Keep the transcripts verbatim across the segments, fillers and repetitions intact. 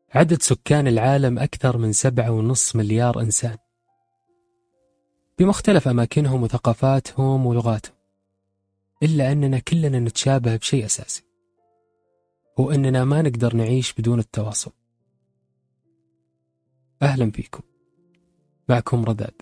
عدد سكان العالم أكثر من سبعة ونص مليار إنسان بمختلف أماكنهم وثقافاتهم ولغاتهم، إلا أننا كلنا نتشابه بشيء أساسي، هو أننا ما نقدر نعيش بدون التواصل. أهلا فيكم، معكم رداد.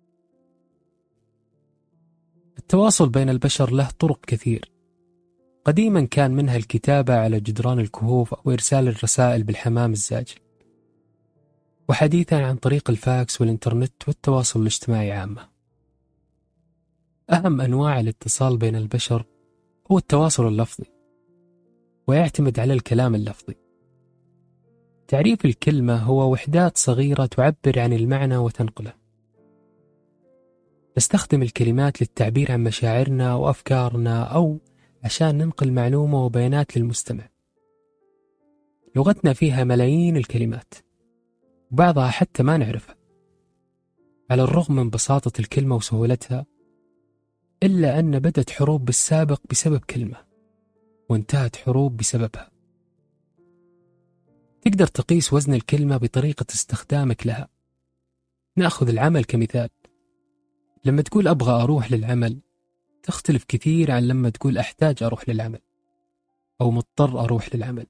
التواصل بين البشر له طرق كثير، قديما كان منها الكتابة على جدران الكهوف أو إرسال الرسائل بالحمام الزاجل، وحديثا عن طريق الفاكس والإنترنت والتواصل الاجتماعي عامة. أهم أنواع الاتصال بين البشر هو التواصل اللفظي، ويعتمد على الكلام اللفظي. تعريف الكلمة هو وحدات صغيرة تعبر عن المعنى وتنقله. نستخدم الكلمات للتعبير عن مشاعرنا وأفكارنا أو عشان ننقل معلومة وبيانات للمستمع. لغتنا فيها ملايين الكلمات، وبعضها حتى ما نعرفها. على الرغم من بساطة الكلمة وسهولتها، إلا أن بدت حروب بالسابق بسبب كلمة، وانتهت حروب بسببها. تقدر تقيس وزن الكلمة بطريقة استخدامك لها. نأخذ العمل كمثال. لما تقول أبغى أروح للعمل تختلف كثير عن لما تقول أحتاج أروح للعمل أو مضطر أروح للعمل.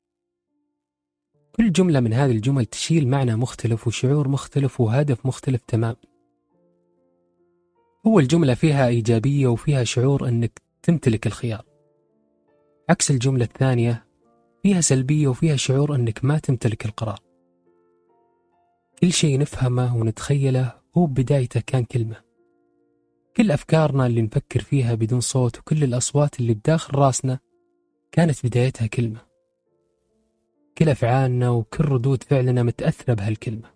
كل جملة من هذه الجمل تشيل معنى مختلف وشعور مختلف وهدف مختلف تمام. أول جملة فيها إيجابية وفيها شعور أنك تمتلك الخيار، عكس الجملة الثانية فيها سلبية وفيها شعور أنك ما تمتلك القرار. كل شيء نفهمه ونتخيله هو بدايته كان كلمة. كل أفكارنا اللي نفكر فيها بدون صوت وكل الأصوات اللي بداخل راسنا كانت بدايتها كلمة. كل أفعالنا وكل ردود فعلنا متأثرة بهالكلمة.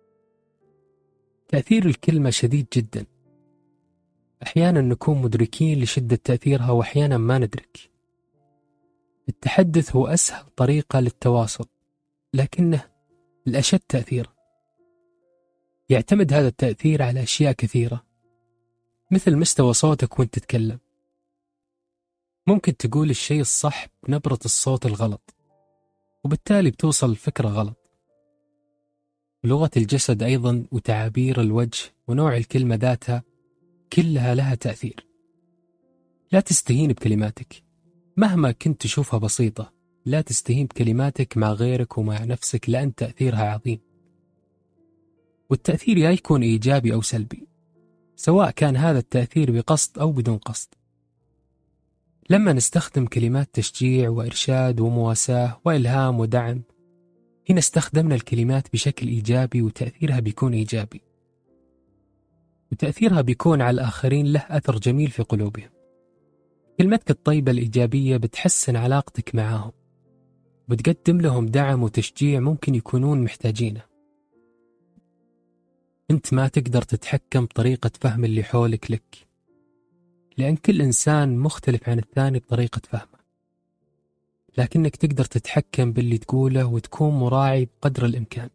تأثير الكلمة شديد جدا. أحيانا نكون مدركين لشدة تأثيرها وأحيانا ما ندرك. التحدث هو أسهل طريقة للتواصل، لكنه الأشد تأثيرا. يعتمد هذا التأثير على أشياء كثيرة، مثل مستوى صوتك وانت تتكلم. ممكن تقول الشيء الصح بنبرة الصوت الغلط، وبالتالي بتوصل الفكرة غلط. لغة الجسد أيضا وتعابير الوجه ونوع الكلمة ذاتها كلها لها تأثير. لا تستهين بكلماتك مهما كنت تشوفها بسيطة. لا تستهين بكلماتك مع غيرك ومع نفسك، لأن تأثيرها عظيم. والتأثير يا يكون إيجابي أو سلبي، سواء كان هذا التأثير بقصد أو بدون قصد. لما نستخدم كلمات تشجيع وإرشاد ومواساة وإلهام ودعم، هنا استخدمنا الكلمات بشكل إيجابي وتأثيرها بيكون إيجابي، وتأثيرها بيكون على الآخرين له أثر جميل في قلوبهم. كلمتك الطيبة الإيجابية بتحسن علاقتك معهم، بتقدم لهم دعم وتشجيع ممكن يكونون محتاجينه. أنت ما تقدر تتحكم بطريقة فهم اللي حولك لك، لأن كل إنسان مختلف عن الثاني بطريقة فهمه، لكنك تقدر تتحكم باللي تقوله وتكون مراعي بقدر الإمكان.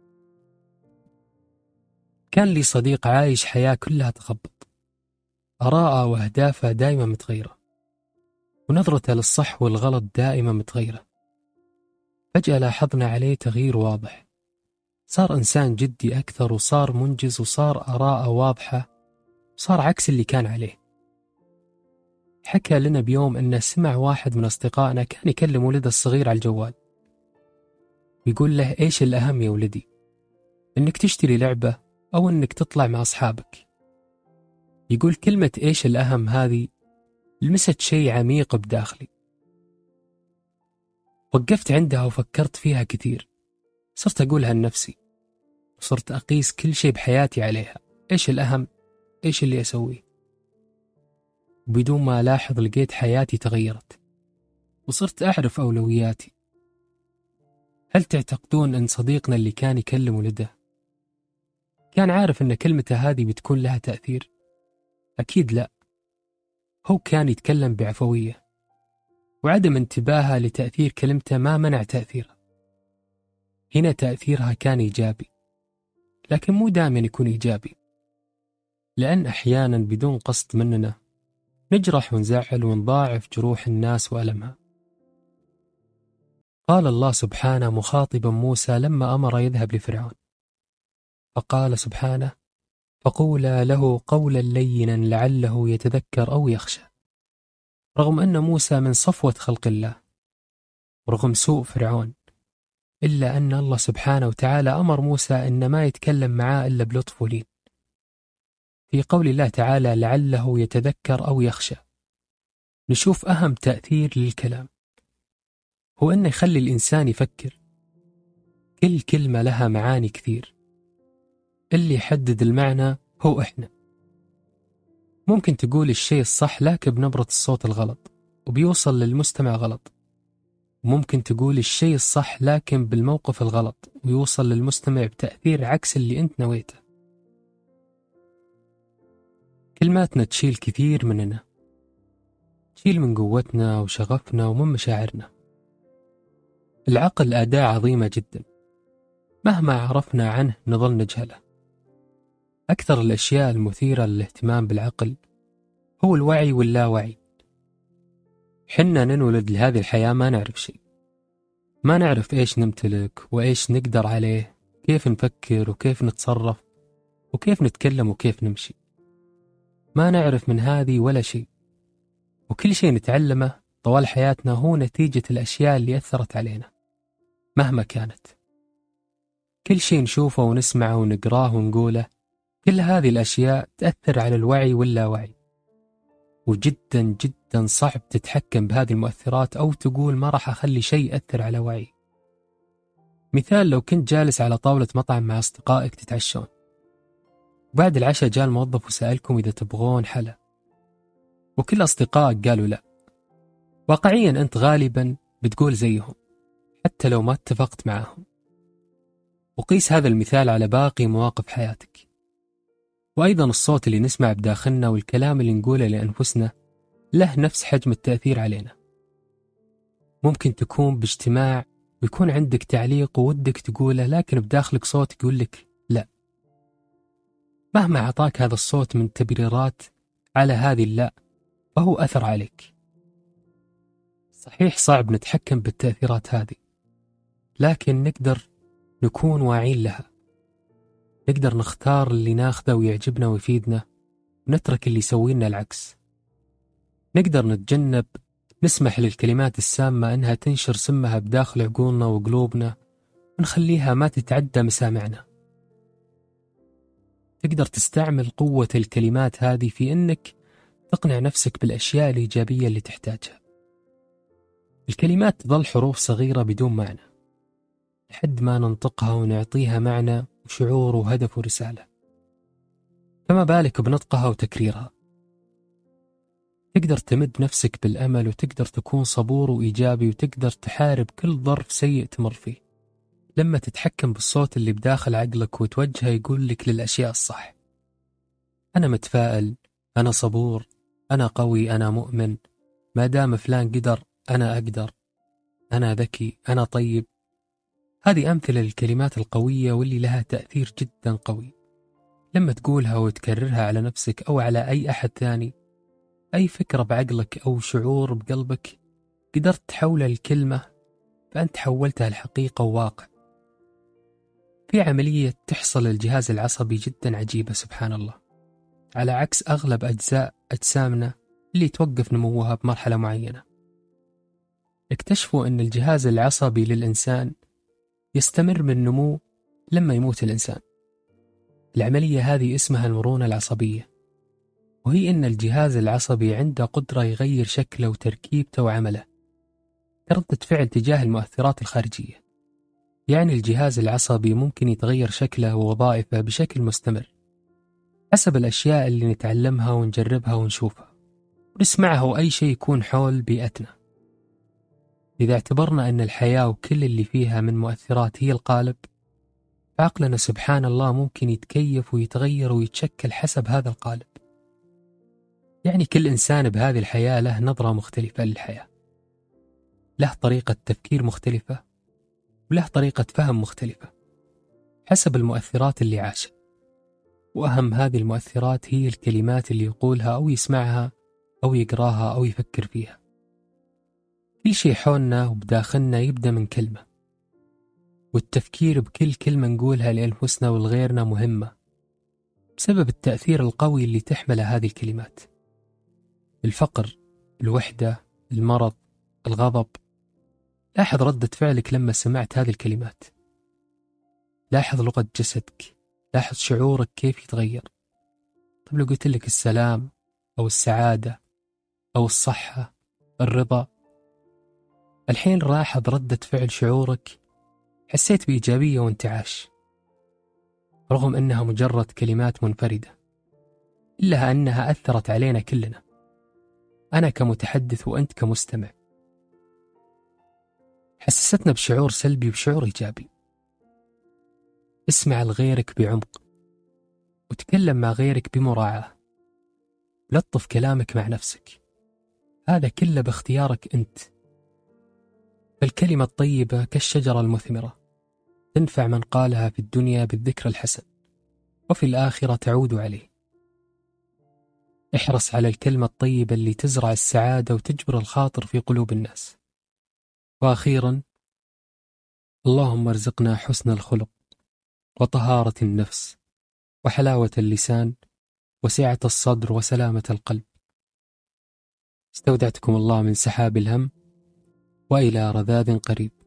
كان لي صديق عايش حياة كلها تخبط، آراءه وأهدافه دائما متغيرة، ونظرته للصح والغلط دائما متغيرة. فجأة لاحظنا عليه تغيير واضح، صار إنسان جدي أكثر، وصار منجز، وصار آراءه واضحة، وصار عكس اللي كان عليه. حكى لنا بيوم أنه سمع واحد من أصدقائنا كان يكلم ولده الصغير على الجوال، يقول له إيش الأهم يا ولدي، إنك تشتري لعبة أو إنك تطلع مع أصحابك؟ يقول كلمة إيش الأهم هذه لمست شيء عميق بداخلي. وقفت عندها وفكرت فيها كثير، صرت أقولها لنفسي، وصرت أقيس كل شيء بحياتي عليها. إيش الأهم؟ إيش اللي أسويه؟ بدون ما ألاحظ لقيت حياتي تغيرت، وصرت أعرف أولوياتي. هل تعتقدون أن صديقنا اللي كان يكلم ولده كان عارف أن كلمته هذه بتكون لها تأثير؟ أكيد لا. هو كان يتكلم بعفوية، وعدم انتباهه لتأثير كلمته ما منع تأثيرها. هنا تأثيرها كان إيجابي، لكن مو دائما يكون إيجابي، لأن أحيانا بدون قصد مننا نجرح ونزعل ونضاعف جروح الناس وألمها. قال الله سبحانه مخاطبا موسى لما أمر يذهب لفرعون، فقال سبحانه: فقولا له قولا لينا لعله يتذكر أو يخشى. رغم أن موسى من صفوة خلق الله، ورغم سوء فرعون، إلا أن الله سبحانه وتعالى أمر موسى أن ما يتكلم معاه إلا بلطف ولين. في قول الله تعالى لعله يتذكر أو يخشى، نشوف أهم تأثير للكلام هو أنه يخلي الإنسان يفكر. كل كلمة لها معاني كثير، اللي يحدد المعنى هو إحنا. ممكن تقول الشيء الصح لكن بنبرة الصوت الغلط وبيوصل للمستمع غلط، وممكن تقول الشيء الصح لكن بالموقف الغلط ويوصل للمستمع بتأثير عكس اللي أنت نويته. كلماتنا تشيل كثير مننا، تشيل من قوتنا وشغفنا ومن مشاعرنا. العقل أداة عظيمة جدا، مهما عرفنا عنه نظل نجهله. أكثر الأشياء المثيرة للاهتمام بالعقل هو الوعي واللاوعي. حنا ننولد لهذه الحياة ما نعرف شيء، ما نعرف إيش نمتلك وإيش نقدر عليه، كيف نفكر وكيف نتصرف وكيف نتكلم وكيف نمشي. ما نعرف من هذه ولا شيء، وكل شيء نتعلمه طوال حياتنا هو نتيجة الأشياء اللي أثرت علينا مهما كانت. كل شيء نشوفه ونسمعه ونقراه ونقوله، كل هذه الأشياء تأثر على الوعي واللاوعي، وجدا جدا صعب تتحكم بهذه المؤثرات أو تقول ما راح أخلي شيء يأثر على وعي. مثال: لو كنت جالس على طاولة مطعم مع أصدقائك تتعشون، وبعد العشاء جاء الموظف وسألكم إذا تبغون حلا، وكل أصدقائك قالوا لا، واقعيا أنت غالبا بتقول زيهم حتى لو ما اتفقت معهم. وقيس هذا المثال على باقي مواقف حياتك. وأيضا الصوت اللي نسمع بداخلنا والكلام اللي نقوله لأنفسنا له نفس حجم التأثير علينا. ممكن تكون باجتماع ويكون عندك تعليق وودك تقوله، لكن بداخلك صوت يقول لك لا. مهما أعطاك هذا الصوت من تبريرات على هذه اللا، فهو أثر عليك. صحيح صعب نتحكم بالتأثيرات هذه، لكن نقدر نكون واعين لها. نقدر نختار اللي ناخذه ويعجبنا ويفيدنا، ونترك اللي يسوي لنا العكس. نقدر نتجنب نسمح للكلمات السامة أنها تنشر سمها بداخل عقولنا وقلوبنا، ونخليها ما تتعدى مسامعنا. تقدر تستعمل قوة الكلمات هذه في أنك تقنع نفسك بالأشياء الإيجابية اللي تحتاجها. الكلمات تظل حروف صغيرة بدون معنى لحد ما ننطقها ونعطيها معنى وشعور وهدف ورسالة، فما بالك بنطقها وتكريرها. تقدر تمد نفسك بالأمل، وتقدر تكون صبور وإيجابي، وتقدر تحارب كل ظرف سيء تمر فيه لما تتحكم بالصوت اللي بداخل عقلك وتوجهه يقول لك للأشياء الصح. أنا متفائل، أنا صبور، أنا قوي، أنا مؤمن، ما دام فلان قدر أنا أقدر، أنا ذكي، أنا طيب. هذه أمثلة للكلمات القوية واللي لها تأثير جدا قوي. لما تقولها وتكررها على نفسك أو على أي أحد ثاني، أي فكرة بعقلك أو شعور بقلبك قدرت تحولها لكلمة، فأنت حولتها لحقيقة وواقع. في عملية تحصل للجهاز العصبي جدا عجيبة سبحان الله، على عكس أغلب أجزاء أجسامنا اللي توقف نموها بمرحلة معينة. اكتشفوا أن الجهاز العصبي للإنسان يستمر من نمو لما يموت الإنسان. العملية هذه اسمها المرونة العصبية، وهي أن الجهاز العصبي عنده قدرة يغير شكله وتركيبته وعمله كردة فعل تجاه المؤثرات الخارجية. يعني الجهاز العصبي ممكن يتغير شكله ووظائفه بشكل مستمر حسب الأشياء اللي نتعلمها ونجربها ونشوفها ونسمعها، وأي شيء يكون حول بيئتنا. إذا اعتبرنا أن الحياة وكل اللي فيها من مؤثرات هي القالب، فعقلنا سبحان الله ممكن يتكيف ويتغير ويتشكل حسب هذا القالب. يعني كل إنسان بهذه الحياة له نظرة مختلفة للحياة، له طريقة تفكير مختلفة، وله طريقة فهم مختلفة حسب المؤثرات اللي عاشها. وأهم هذه المؤثرات هي الكلمات اللي يقولها أو يسمعها أو يقراها أو يفكر فيها. كل شيء حولنا وبداخلنا يبدأ من كلمة، والتفكير بكل كلمة نقولها لأنفسنا ولغيرنا مهمة بسبب التأثير القوي اللي تحمله هذه الكلمات. الفقر، الوحدة، المرض، الغضب. لاحظ ردة فعلك لما سمعت هذه الكلمات. لاحظ لغة جسدك، لاحظ شعورك كيف يتغير. طب لو قلت لك السلام أو السعادة أو الصحة، الرضا، الحين لاحظ ردة فعل شعورك. حسيت بإيجابية وانتعاش رغم أنها مجرد كلمات منفردة، إلا أنها أثرت علينا كلنا، أنا كمتحدث وأنت كمستمع. حسستنا بشعور سلبي وبشعور إيجابي. اسمع لغيرك بعمق، وتكلم مع غيرك بمراعاة. لطف كلامك مع نفسك، هذا كله باختيارك أنت. فالكلمة الطيبة كالشجرة المثمرة، تنفع من قالها في الدنيا بالذكر الحسن، وفي الآخرة تعود عليه. احرص على الكلمة الطيبة اللي تزرع السعادة وتجبر الخاطر في قلوب الناس. وأخيرا، اللهم ارزقنا حسن الخلق وطهارة النفس وحلاوة اللسان وسعة الصدر وسلامة القلب. استودعتكم الله من سحاب الهم، وإلى رذاذ قريب.